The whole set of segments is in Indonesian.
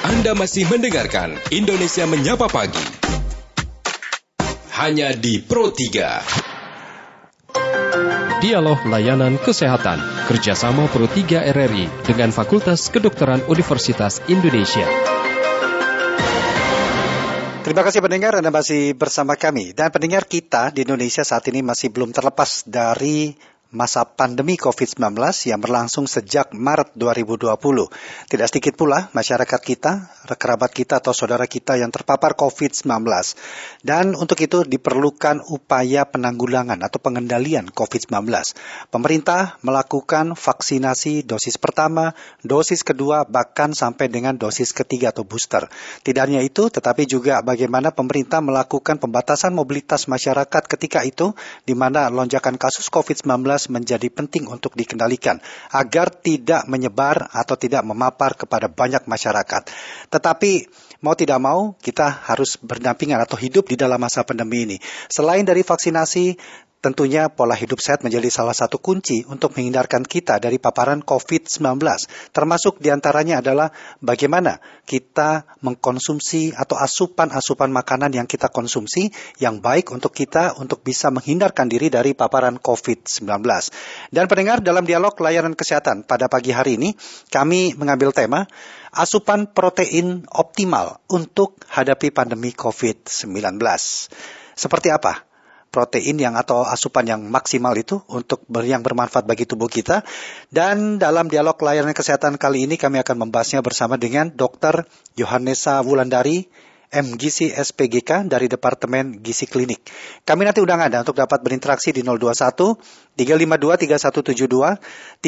Anda masih mendengarkan Indonesia Menyapa Pagi. Hanya di Pro 3. Dialog Layanan Kesehatan kerjasama Pro 3 RRI dengan Fakultas Kedokteran Universitas Indonesia. Terima kasih pendengar, Anda masih bersama kami. Dan pendengar, kita di Indonesia saat ini masih belum terlepas dari masa pandemi COVID-19 yang berlangsung sejak Maret 2020. Tidak sedikit pula masyarakat kita, kerabat kita atau saudara kita yang terpapar COVID-19. Dan untuk itu diperlukan upaya penanggulangan atau pengendalian COVID-19. Pemerintah melakukan vaksinasi dosis pertama, dosis kedua, bahkan sampai dengan dosis ketiga atau booster. Tidak hanya itu, tetapi juga bagaimana pemerintah melakukan pembatasan mobilitas masyarakat ketika itu, di mana lonjakan kasus COVID-19 menjadi penting untuk dikendalikan agar tidak menyebar atau tidak memapar kepada banyak masyarakat. Tetapi mau tidak mau kita harus berdampingan atau hidup di dalam masa pandemi ini. Selain dari vaksinasi, tentunya pola hidup sehat menjadi salah satu kunci untuk menghindarkan kita dari paparan COVID-19. Termasuk diantaranya adalah bagaimana kita mengkonsumsi atau asupan makanan yang kita konsumsi yang baik untuk kita untuk bisa menghindarkan diri dari paparan COVID-19. Dan pendengar, dalam dialog layanan kesehatan pada pagi hari ini, kami mengambil tema asupan protein optimal untuk hadapi pandemi COVID-19. Seperti apa protein yang atau asupan yang maksimal itu untuk yang bermanfaat bagi tubuh kita? Dan dalam dialog layanan kesehatan kali ini kami akan membahasnya bersama dengan Dr. Yohanesa Wulandari, MGisi SPGK dari Departemen Gizi Klinik. Kami nanti undang Anda untuk dapat berinteraksi di 021 352 3172,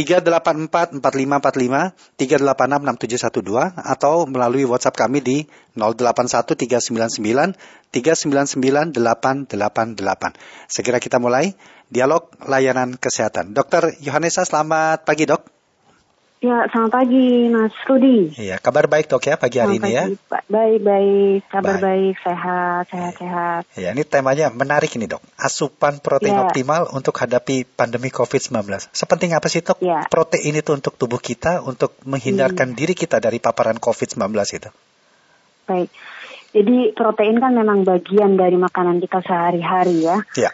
384 4545, 386 6712 atau melalui WhatsApp kami di 081 399 399 888. Segera kita mulai dialog layanan kesehatan. Dr. Yohanesa, selamat pagi, Dok. Ya, selamat pagi, Mas Rudi. Iya, kabar baik, Dok, ya, pagi hari ini ya? Baik, kabar baik, sehat. Ya, ini temanya menarik ini, Dok. Asupan protein optimal untuk hadapi pandemi COVID-19. Sepenting apa sih, Dok, protein itu untuk tubuh kita, untuk menghindarkan diri kita dari paparan COVID-19 itu? Baik, jadi protein kan memang bagian dari makanan kita sehari-hari ya. Iya.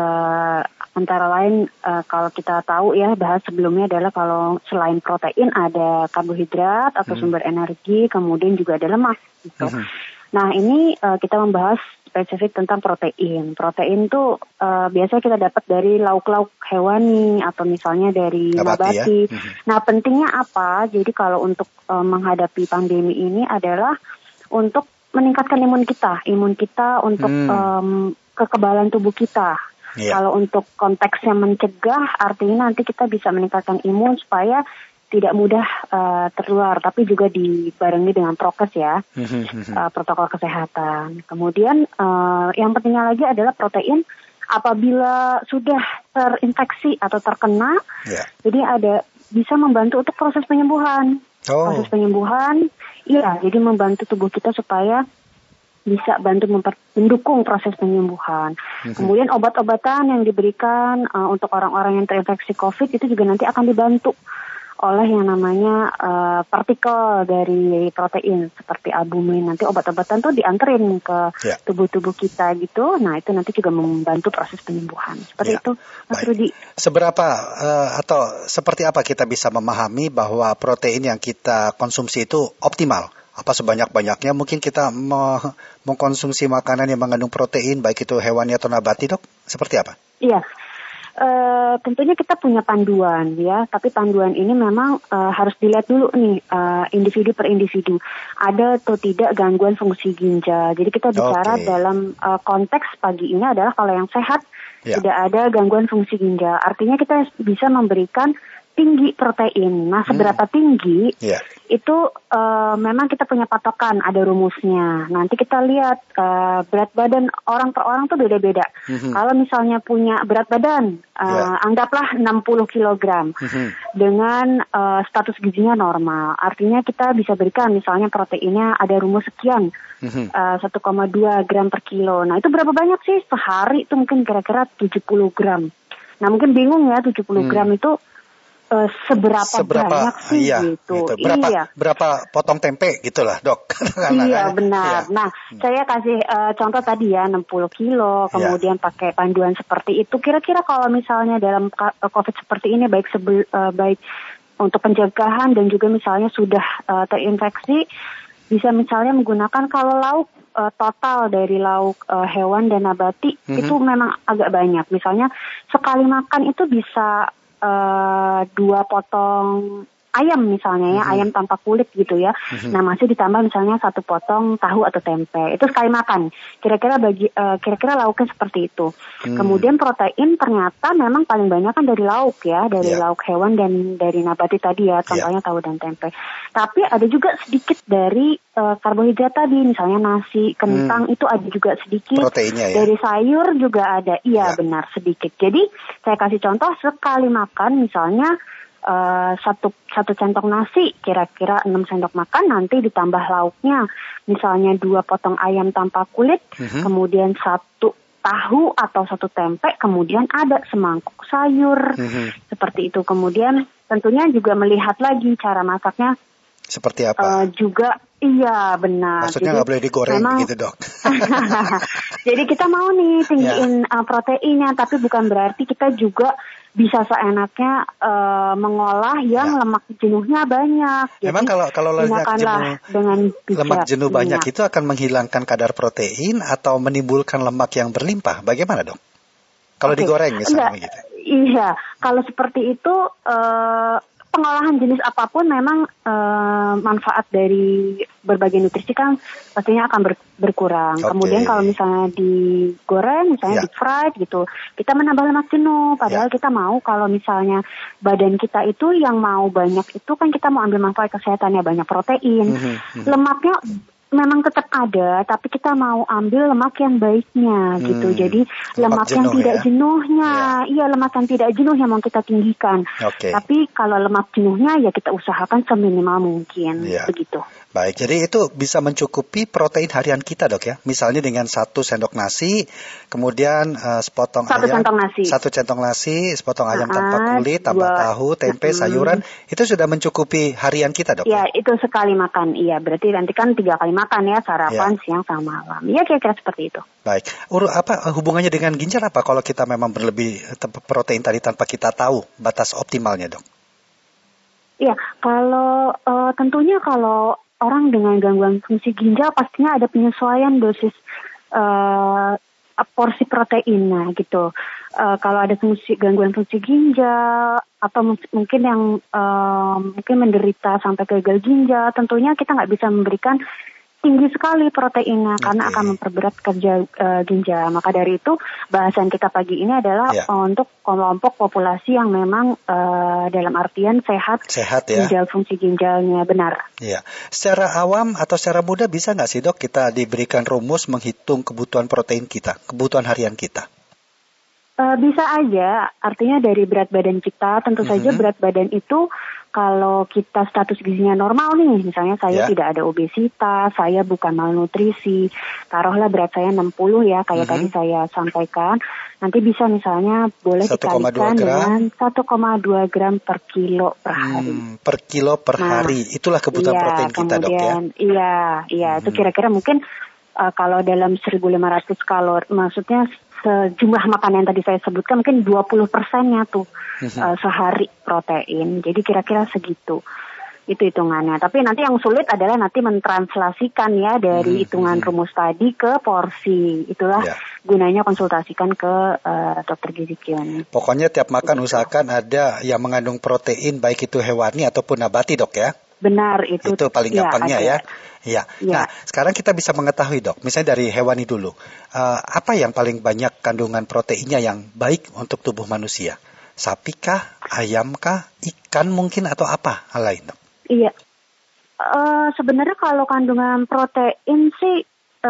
Antara lain kalau kita tahu ya, bahas sebelumnya adalah kalau selain protein ada karbohidrat atau sumber energi, kemudian juga ada lemak gitu. Nah ini kita membahas spesifik tentang protein. Protein tuh biasanya kita dapat dari lauk-lauk hewani atau misalnya dari nabati. Nah pentingnya apa? Jadi kalau untuk menghadapi pandemi ini adalah untuk meningkatkan imun kita untuk kekebalan tubuh kita. Kalau untuk konteksnya mencegah, artinya nanti kita bisa meningkatkan imun supaya tidak mudah tertular, tapi juga dibarengi dengan prokes ya, protokol kesehatan. Kemudian yang pentingnya lagi adalah protein apabila sudah terinfeksi atau terkena, jadi bisa membantu untuk proses penyembuhan. Proses penyembuhan, jadi membantu tubuh kita supaya bisa bantu mendukung proses penyembuhan. Kemudian obat-obatan yang diberikan untuk orang-orang yang terinfeksi COVID itu juga nanti akan dibantu oleh yang namanya partikel dari protein seperti albumin. Nanti obat-obatan tuh dianterin ke tubuh-tubuh kita gitu. Nah itu nanti juga membantu proses penyembuhan. Seperti itu, Mas Rudi. Seberapa atau seperti apa kita bisa memahami bahwa protein yang kita konsumsi itu optimal? Apa sebanyak-banyaknya mungkin kita mengkonsumsi makanan yang mengandung protein, baik itu hewani atau nabati, Dok? Seperti apa? Iya, tentunya kita punya panduan ya, tapi panduan ini memang harus dilihat dulu nih individu per individu. Ada atau tidak gangguan fungsi ginjal. Jadi kita bicara dalam konteks pagi ini adalah kalau yang sehat tidak ada gangguan fungsi ginjal. Artinya kita bisa memberikan tinggi protein. Nah, seberapa tinggi itu memang kita punya patokan, ada rumusnya. Nanti kita lihat berat badan orang per orang tuh beda-beda. Kalau misalnya punya berat badan, anggaplah 60 kg dengan status gizinya normal. Artinya kita bisa berikan misalnya proteinnya ada rumus sekian, 1,2 gram per kilo. Nah, itu berapa banyak sih? Sehari itu mungkin kira-kira 70 gram. Nah, mungkin bingung ya 70 gram itu seberapa banyak sih gitu. Berapa potong tempe gitulah, Dok. Iya, benar. Iya. Nah, saya kasih contoh tadi ya, 60 kilo, kemudian pakai panduan seperti itu. Kira-kira kalau misalnya dalam COVID seperti ini, baik untuk pencegahan dan juga misalnya sudah terinfeksi, bisa misalnya menggunakan kalau lauk total dari lauk hewan dan nabati itu memang agak banyak. Misalnya sekali makan itu bisa 2 potong ayam misalnya ya, ayam tanpa kulit gitu ya. Nah, masih ditambah misalnya 1 potong tahu atau tempe. Itu sekali makan. Kira-kira lauknya seperti itu. Kemudian protein ternyata memang paling banyak kan dari lauk ya, dari lauk hewan dan dari nabati tadi ya, contohnya tahu dan tempe. Tapi ada juga sedikit dari karbohidrat tadi, misalnya nasi, kentang itu ada juga sedikit. Proteinnya ya. Dari sayur juga ada. Iya, benar sedikit. Jadi saya kasih contoh sekali makan misalnya satu centong nasi, kira-kira 6 sendok makan, nanti ditambah lauknya, misalnya 2 potong ayam tanpa kulit, kemudian 1 tahu atau 1 tempe, kemudian ada semangkuk sayur, seperti itu. Kemudian tentunya juga melihat lagi cara masaknya seperti apa. Juga iya benar. Maksudnya nggak boleh digoreng gitu, Dok. Jadi kita mau nih tinggiin proteinnya, tapi bukan berarti kita juga bisa seenaknya mengolah yang lemak jenuhnya banyak. Memang kalau lemak jenuh banyak itu akan menghilangkan kadar protein atau menimbulkan lemak yang berlimpah. Bagaimana, Dok? Kalau digoreng misalnya gitu. Iya, kalau seperti itu pengolahan jenis apapun memang manfaat dari berbagai nutrisi kan pastinya akan berkurang. Kemudian kalau misalnya digoreng, misalnya deep fried gitu, kita menambah lemak jenuh. Padahal kita mau kalau misalnya badan kita itu yang mau banyak itu kan kita mau ambil manfaat kesehatannya, banyak protein. Lemaknya memang tetap ada, tapi kita mau ambil lemak yang baiknya gitu. Jadi lemak yang tidak jenuhnya, lemak yang tidak jenuh yang mau kita tinggikan. Tapi kalau lemak jenuhnya ya kita usahakan seminimal mungkin, begitu. Baik, jadi itu bisa mencukupi protein harian kita, Dok ya. Misalnya dengan 1 sendok nasi, kemudian sepotong ayam, 1 centong nasi, sepotong ayam tanpa kulit, tambah tahu, tempe, sayuran, itu sudah mencukupi harian kita, Dok. Ya, itu sekali makan. Iya, berarti nanti kan 3 kali makan ya, sarapan, siang, sama malam. Ya, kira-kira seperti itu. Baik, hubungannya dengan ginjal apa kalau kita memang berlebih protein tadi tanpa kita tahu batas optimalnya, Dok? Iya, kalau tentunya kalau orang dengan gangguan fungsi ginjal pastinya ada penyesuaian dosis porsi proteinnya gitu. Kalau ada gangguan fungsi ginjal atau mungkin yang mungkin menderita sampai gagal ginjal, tentunya kita nggak bisa memberikan tinggi sekali proteinnya karena akan memperberat kerja ginjal. Maka dari itu bahasan kita pagi ini adalah untuk kelompok populasi yang memang dalam artian sehat ya. Ginjal, fungsi ginjalnya benar. Iya. Secara awam atau secara mudah bisa nggak sih, Dok, kita diberikan rumus menghitung kebutuhan protein kita, kebutuhan harian kita? Bisa aja, artinya dari berat badan kita, tentu saja berat badan itu kalau kita status gizinya normal nih, misalnya saya tidak ada obesitas, saya bukan malnutrisi, taruhlah berat saya 60 ya, kayak tadi saya sampaikan, nanti bisa misalnya boleh dikalikan dengan 1,2 gram per kilo per hari. Per kilo per hari, itulah kebutuhan protein kita, Dok ya? Iya, itu kira-kira mungkin kalau dalam 1.500 kalori, maksudnya sejumlah makanan yang tadi saya sebutkan mungkin 20%-nya tuh sehari protein. Jadi kira-kira segitu. Itu hitungannya. Tapi nanti yang sulit adalah nanti mentranslasikan ya dari hitungan rumus tadi ke porsi. Itulah gunanya konsultasikan ke dokter gizi Kion. Pokoknya tiap makan usahakan ada yang mengandung protein baik itu hewani ataupun nabati, Dok ya. Benar, itu paling gampangnya ya. Iya. Nah, sekarang kita bisa mengetahui, Dok, misalnya dari hewani dulu, apa yang paling banyak kandungan proteinnya yang baik untuk tubuh manusia? Sapi kah, ayam kah, ikan mungkin atau apa hal lain, Dok? Iya, sebenarnya kalau kandungan protein sih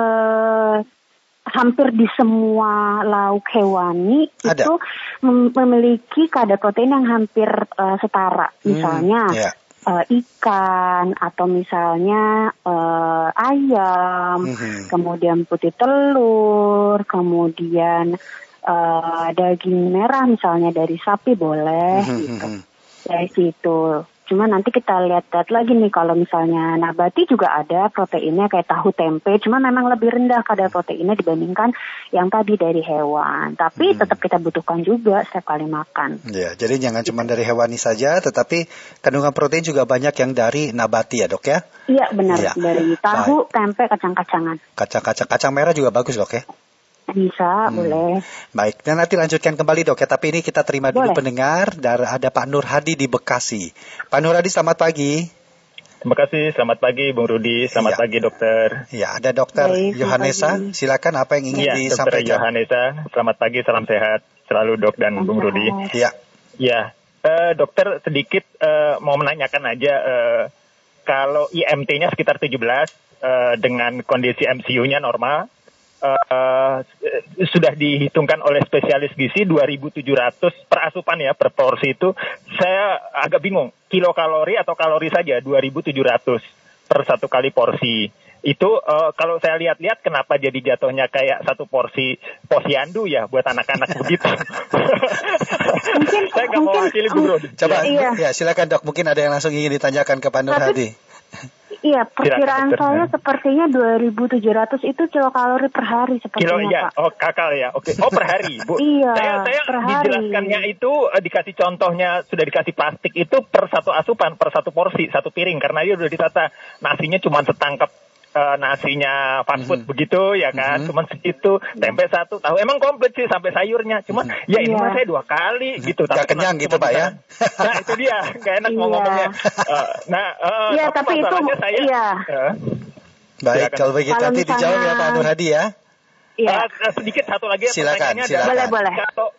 hampir di semua lauk hewani itu memiliki kadar protein yang hampir setara. Misalnya ikan atau misalnya ayam, kemudian putih telur, kemudian daging merah misalnya dari sapi boleh gitu. dari situ. Cuma nanti kita lihat lagi nih, kalau misalnya nabati juga ada proteinnya kayak tahu tempe, cuma memang lebih rendah kadar proteinnya dibandingkan yang tadi dari hewan. Tapi tetap kita butuhkan juga setiap kali makan. Ya, jadi jangan cuma dari hewani saja, tetapi kandungan protein juga banyak yang dari nabati ya dok ya? Iya benar, ya. Dari tahu, tempe, kacang-kacangan. Kacang merah juga bagus dok ya? Bisa, boleh. Baik, dan nanti lanjutkan kembali dok ya, tapi ini kita terima dulu pendengar, dan ada Pak Nur Hadi di Bekasi. Pak Nur Hadi, selamat pagi. Terima kasih, selamat pagi Bung Rudi, selamat pagi dokter. Ya, ada dokter Yohanesa, silakan apa yang ingin disampaikan. Dokter Yohanesa, selamat pagi, salam sehat selalu dok dan Bung Rudi. Ya, dokter sedikit mau menanyakan aja, kalau IMT-nya sekitar 17 dengan kondisi MCU-nya normal, sudah dihitungkan oleh spesialis gizi 2.700 per asupan ya, per porsi itu. Saya agak bingung, kilokalori atau kalori saja 2.700 per satu kali porsi. Itu kalau saya lihat-lihat kenapa jadi jatuhnya kayak satu porsi posyandu ya buat anak-anak begitu. Saya nggak mau wakili Bung Rudi. Coba ya silakan dok, mungkin ada yang langsung ingin ditanyakan ke Pak Nur Hadi. Iya, perkiraan saya sepertinya 2.700 itu kilokalori per hari sepertinya, Pak. Oh, kakal ya. Oke. Oh, per hari, Bu. Iya, saya per hari. Dijelaskannya itu dikasih contohnya, sudah dikasih plastik itu per satu asupan, per satu porsi, satu piring, karena dia udah ditata nasinya cuma setangkap nasinya fast food begitu ya kan, cuman segitu, tempe satu, tahu emang komplit sih sampai sayurnya, cuman ya ini mah saya 2 kali gitu, tapi kenyang gitu Pak ya. Nah itu dia, nggak enak mau ngomongnya. Tapi itu baik, kalau begitu nanti dijawab ya Pak Nur Hadi ya. Sedikit satu lagi silakan. Boleh. Kalau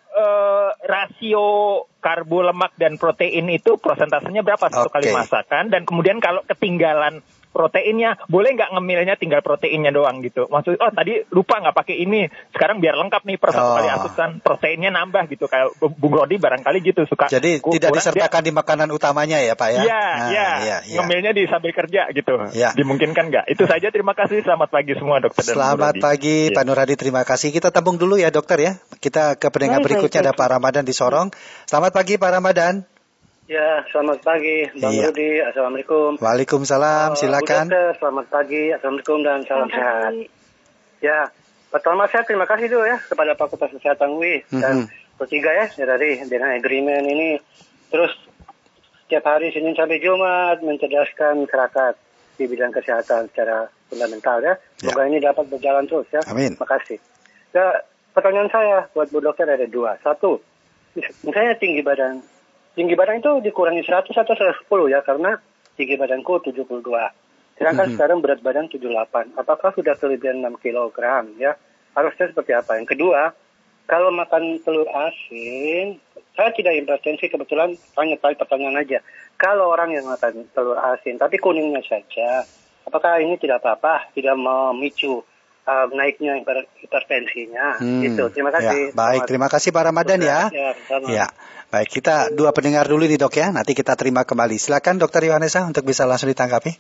rasio karbo, lemak dan protein itu persentasenya berapa satu kali masakan, dan kemudian kalau ketinggalan proteinnya, boleh nggak ngemilnya tinggal proteinnya doang gitu? Maksudnya, tadi lupa nggak pakai ini, sekarang biar lengkap nih per satu kali asupan, proteinnya nambah gitu, kayak Bung Rodi barangkali gitu suka. Jadi tidak disertakan di makanan utamanya ya Pak ya? Iya. Ngemilnya di sambil kerja gitu. Ya. Dimungkinkan nggak? Itu saja, terima kasih, selamat pagi semua dokter dan selamat pagi Pak Nur Hadi, terima kasih. Kita tabung dulu ya dokter ya. Kita ke pendengar berikutnya, ada Pak Ramadan di Sorong. Selamat pagi Pak Ramadan. Ya, selamat pagi Bang Rudi, Assalamualaikum. Waalaikumsalam, silakan. Bu Dokter, selamat pagi, Assalamualaikum dan salam sehat. Ya, pertama saya terima kasih dulu ya kepada Fakultas Kesehatan UI dan Pro3 ya dari dengan agreement ini. Terus setiap hari Senin sampai Jumat mencerdaskan masyarakat di bidang kesehatan secara fundamental ya. Semoga ini dapat berjalan terus ya. Amin. Makasih. Ya, pertanyaan saya buat Bu Dokter ada 2. 1, misalnya tinggi badan itu dikurangi 100 atau 110 ya, karena tinggi badanku 72. Sedangkan sekarang berat badan 78. Apakah sudah kelebihan 6 kg ya? Harusnya seperti apa? Yang kedua, kalau makan telur asin, saya tidak hipertensi, kebetulan tanya pertanyaan aja. Kalau orang yang makan telur asin tapi kuningnya saja, apakah ini tidak apa-apa? Tidak memicu naiknya hipertensinya? Gitu. Terima kasih. Ya, baik, terima kasih Pak Ramadan ya. Ya. Baik, kita 2 pendengar dulu nih dok ya, nanti kita terima kembali. Silakan dokter Yohanesa untuk bisa langsung ditanggapi.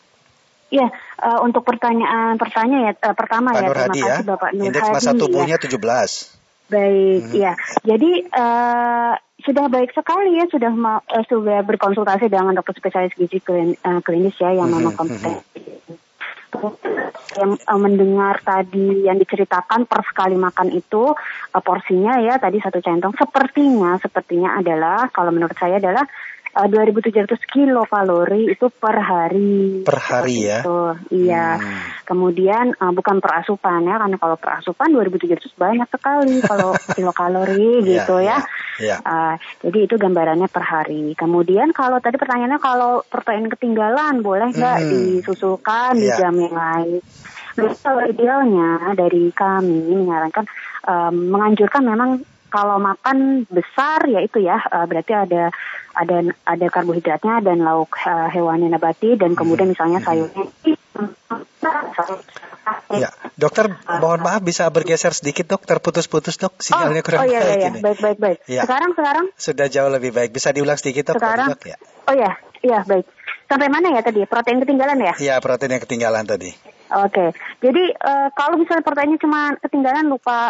Ya, untuk pertanyaan ya, pertama Pak ya, Nur Hadi terima kasih Bapak Nur Hadi. Indeks massa tubuhnya 17. Baik, ya. Jadi sudah baik sekali ya, sudah berkonsultasi dengan dokter spesialis gizi klinis ya yang memang kompeten. Yang mendengar tadi yang diceritakan per sekali makan itu porsinya ya tadi 1 centong sepertinya adalah, kalau menurut saya adalah 2.700 kilokalori itu per hari. Per hari ya? Iya. Kemudian bukan per asupan ya, karena kalau per asupan 2.700 banyak sekali kalau kilokalori gitu ya. Jadi itu gambarannya per hari. Kemudian kalau tadi pertanyaannya kalau protein ketinggalan boleh nggak disusulkan di jam yang lain? Nah, kalau idealnya dari kami menyarankan menganjurkan memang kalau makan besar ya itu ya berarti ada karbohidratnya dan lauk hewani nabati dan kemudian misalnya sayurnya. Ya, dokter mohon maaf bisa bergeser sedikit dok, terputus-putus dok, sinyalnya kurang baik ini. Baik. Ya. Sekarang sudah jauh lebih baik, bisa diulang sedikit dok. Sekarang dok, ya. Iya baik. Sampai mana ya tadi? Protein ketinggalan ya? Iya, protein yang ketinggalan tadi. Oke. Jadi kalau misalnya pertanyaannya cuma ketinggalan lupa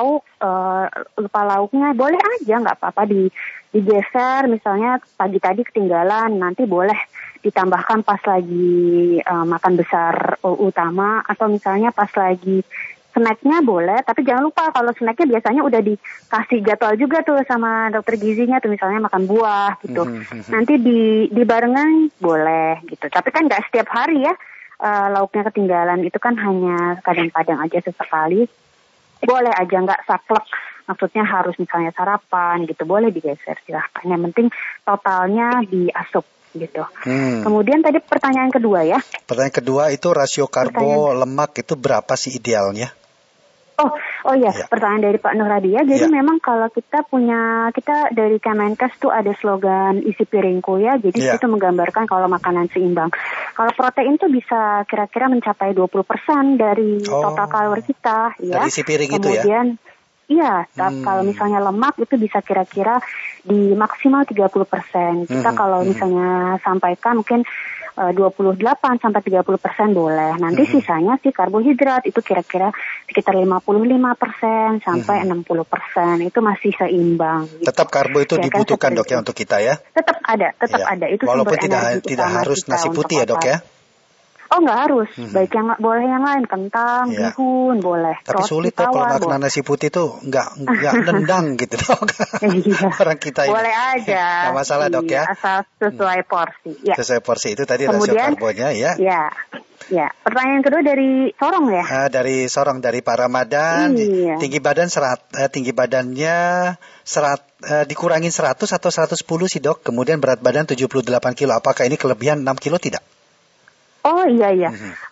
lauknya, boleh aja, nggak apa-apa digeser. Misalnya pagi tadi ketinggalan, nanti boleh ditambahkan pas lagi makan besar utama, atau misalnya pas lagi snacknya boleh, tapi jangan lupa kalau snacknya biasanya udah dikasih jadwal juga tuh sama dokter gizinya tuh, misalnya makan buah gitu. Nanti dibarengan boleh gitu. Tapi kan nggak setiap hari ya lauknya ketinggalan, itu kan hanya kadang-kadang aja sesekali. Boleh aja, nggak saklek. Maksudnya harus misalnya sarapan gitu, boleh digeser silahkan. Yang penting totalnya diasup gitu. Kemudian tadi pertanyaan kedua ya. Pertanyaan kedua itu rasio karbo lemak itu berapa sih idealnya? Oh iya, pertanyaan dari Pak Nur Hadi ya. Jadi memang kalau kita dari Kemenkes tuh ada slogan isi piringku ya. Jadi itu menggambarkan kalau makanan seimbang. Kalau protein tuh bisa kira-kira mencapai 20% dari total kalori kita ya. Dari isi piring itu ya. Kemudian kalau misalnya lemak itu bisa kira-kira di maksimal 30%. Kita kalau misalnya sampaikan mungkin 28 sampai 30% boleh. Nanti sisanya sih karbohidrat itu kira-kira sekitar 55% sampai 60%. Itu masih seimbang. Gitu. Tetap karbo itu dibutuhkan dok ya untuk kita ya? Tetap ada. Itu walaupun tidak harus nasi putih ya dok ya? Oh nggak harus, baik boleh yang lain, kentang, bihun boleh. Tapi sulit ya kalau makan nasi putih tuh nggak nendang gitu dok. Orang kita ini. Boleh aja. Nggak masalah dok ya. Asal sesuai porsi. Ya. Sesuai porsi itu tadi rasio karbonya ya. Ya. Pertanyaan kedua dari Sorong ya. Dari Sorong, dari Pak Ramadan. Tinggi badannya dikurangin 100 atau 110 sih dok. Kemudian berat badan 78 kilo. Apakah ini kelebihan 6 kilo tidak? Oh iya.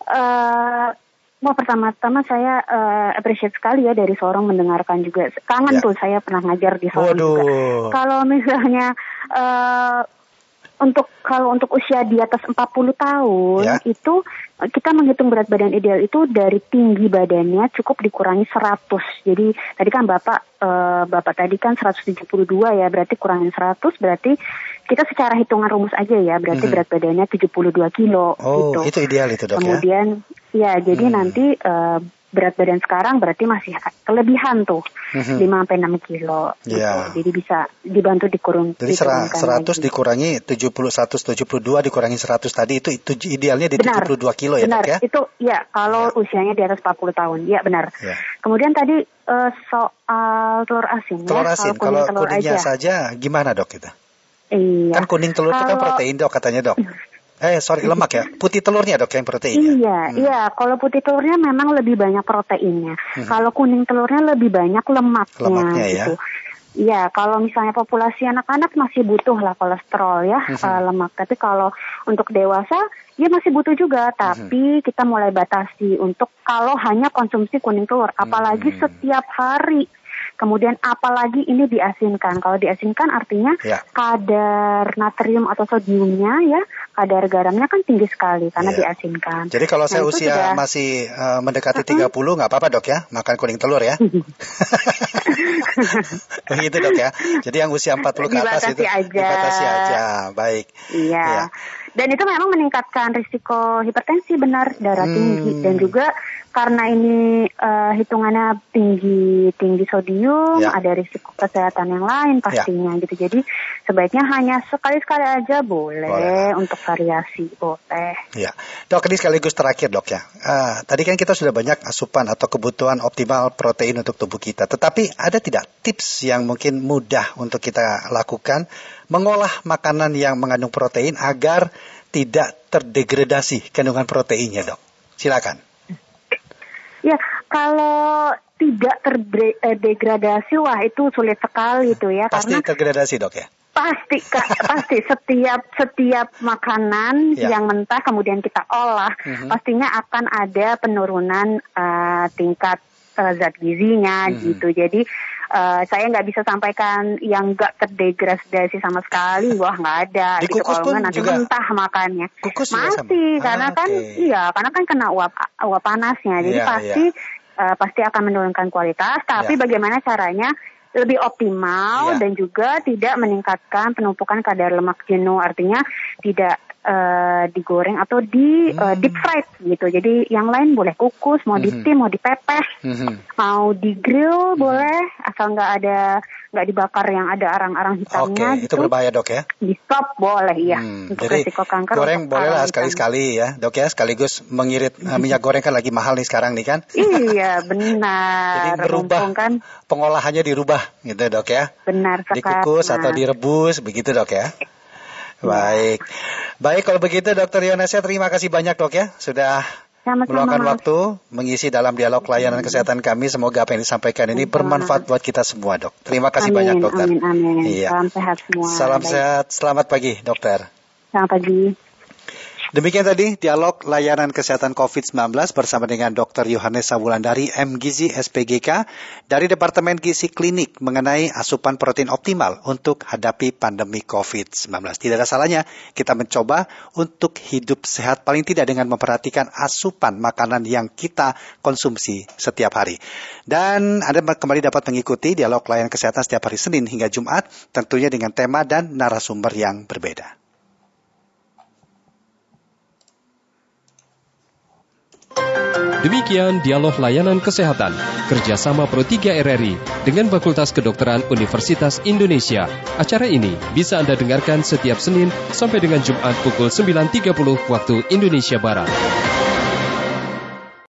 Pertama-tama saya appreciate sekali ya dari Sorong mendengarkan juga. Kangen tuh saya pernah ngajar di Sorong juga. Kalau misalnya untuk usia di atas 40 tahun itu kita menghitung berat badan ideal itu dari tinggi badannya cukup dikurangi 100. Jadi tadi kan Bapak tadi kan 172 ya, berarti kurangin 100 berarti kita secara hitungan rumus aja ya, berarti berat badannya 72 kilo gitu. Itu ideal itu dok. Kemudian jadi nanti berat badan sekarang berarti masih kelebihan tuh 5-6 kilo gitu. Jadi bisa dibantu dikurangkan. Jadi 100 dikurangi 172 dikurangi 100 tadi itu idealnya di 72 kilo ya dok ya? Itu kalau usianya di atas 40 tahun. Ya benar. Kemudian tadi soal telur asin. Telur asin, kalau kuningnya saja gimana dok kita? Kan kuning telur itu kan protein dok katanya dok. Lemak ya. Putih telurnya dok yang proteinnya. Iya. Kalau putih telurnya memang lebih banyak proteinnya. Kalau kuning telurnya lebih banyak lemaknya gitu. Iya, kalau misalnya populasi anak-anak masih butuh lah kolesterol ya, lemak. Tapi kalau untuk dewasa, ya masih butuh juga. Tapi kita mulai batasi untuk kalau hanya konsumsi kuning telur. Apalagi setiap hari. Kemudian apalagi ini diasinkan. Kalau diasinkan artinya kadar natrium atau sodiumnya ya, kadar garamnya kan tinggi sekali karena diasinkan. Jadi kalau saya usia masih mendekati 30 nggak apa-apa dok ya, makan kuning telur ya. Begitu dok ya. Jadi yang usia 40 ke atas itu dibatasi aja. Baik. Iya. Dan itu memang meningkatkan risiko hipertensi, benar, darah tinggi, dan juga karena ini hitungannya tinggi sodium, ada risiko kesehatan yang lain pastinya gitu. Jadi sebaiknya hanya sekali-sekali aja boleh untuk variasi boleh. Ya, dok, ini sekaligus terakhir dok ya. Tadi kan kita sudah banyak asupan atau kebutuhan optimal protein untuk tubuh kita. Tetapi ada tidak tips yang mungkin mudah untuk kita lakukan mengolah makanan yang mengandung protein agar tidak terdegradasi kandungan proteinnya dok? Silakan. Ya, kalau tidak terdegradasi, wah itu sulit sekali tuh ya. Pasti karena terdegradasi dok ya? Pasti setiap makanan yang mentah kemudian kita olah, pastinya akan ada penurunan tingkat zat gizinya gitu. Jadi saya nggak bisa sampaikan yang nggak terdegradasi sama sekali, wah nggak ada. Di gitu kalau nggak nanti juga mentah makannya. Kukus masih karena kan karena kan kena uap panasnya, jadi pasti akan menurunkan kualitas. Tapi bagaimana caranya lebih optimal dan juga tidak meningkatkan penumpukan kadar lemak jenuh, artinya tidak digoreng atau di deep fried gitu. Jadi yang lain boleh kukus, mau di steam, mau dipepes, mau di grill boleh, asal nggak dibakar yang ada arang-arang hitamnya. Oke, itu berbahaya dok ya? Di stop boleh ya. Untuk jadi resiko kanker. Goreng boleh lah sekali-sekali ya dok ya, sekaligus mengirit minyak goreng kan lagi mahal nih sekarang nih kan? Iya benar. Jadi berubah kan? Pengolahannya dirubah gitu dok ya? Benar sekali. Dikukus atau direbus begitu dok ya? Baik kalau begitu Dr. Yohanesha, terima kasih banyak dok ya sudah meluangkan waktu mengisi dalam dialog layanan kesehatan kami. Semoga apa yang disampaikan ini bermanfaat buat kita semua dok. Terima kasih banyak dokter. Amin. Iya. Salam sehat semua. Salam sehat. Selamat pagi dokter. Selamat pagi. Demikian tadi dialog layanan kesehatan COVID-19 bersama dengan Dr. Yohanesha Wulandari, MGizi SPGK dari Departemen Gizi Klinik mengenai asupan protein optimal untuk hadapi pandemi COVID-19. Tidak ada salahnya kita mencoba untuk hidup sehat paling tidak dengan memperhatikan asupan makanan yang kita konsumsi setiap hari. Dan Anda kembali dapat mengikuti dialog layanan kesehatan setiap hari Senin hingga Jumat, tentunya dengan tema dan narasumber yang berbeda. Demikian dialog layanan kesehatan kerjasama Pro 3 RRI dengan Fakultas Kedokteran Universitas Indonesia. Acara ini bisa Anda dengarkan setiap Senin sampai dengan Jumat pukul 9.30 waktu Indonesia Barat.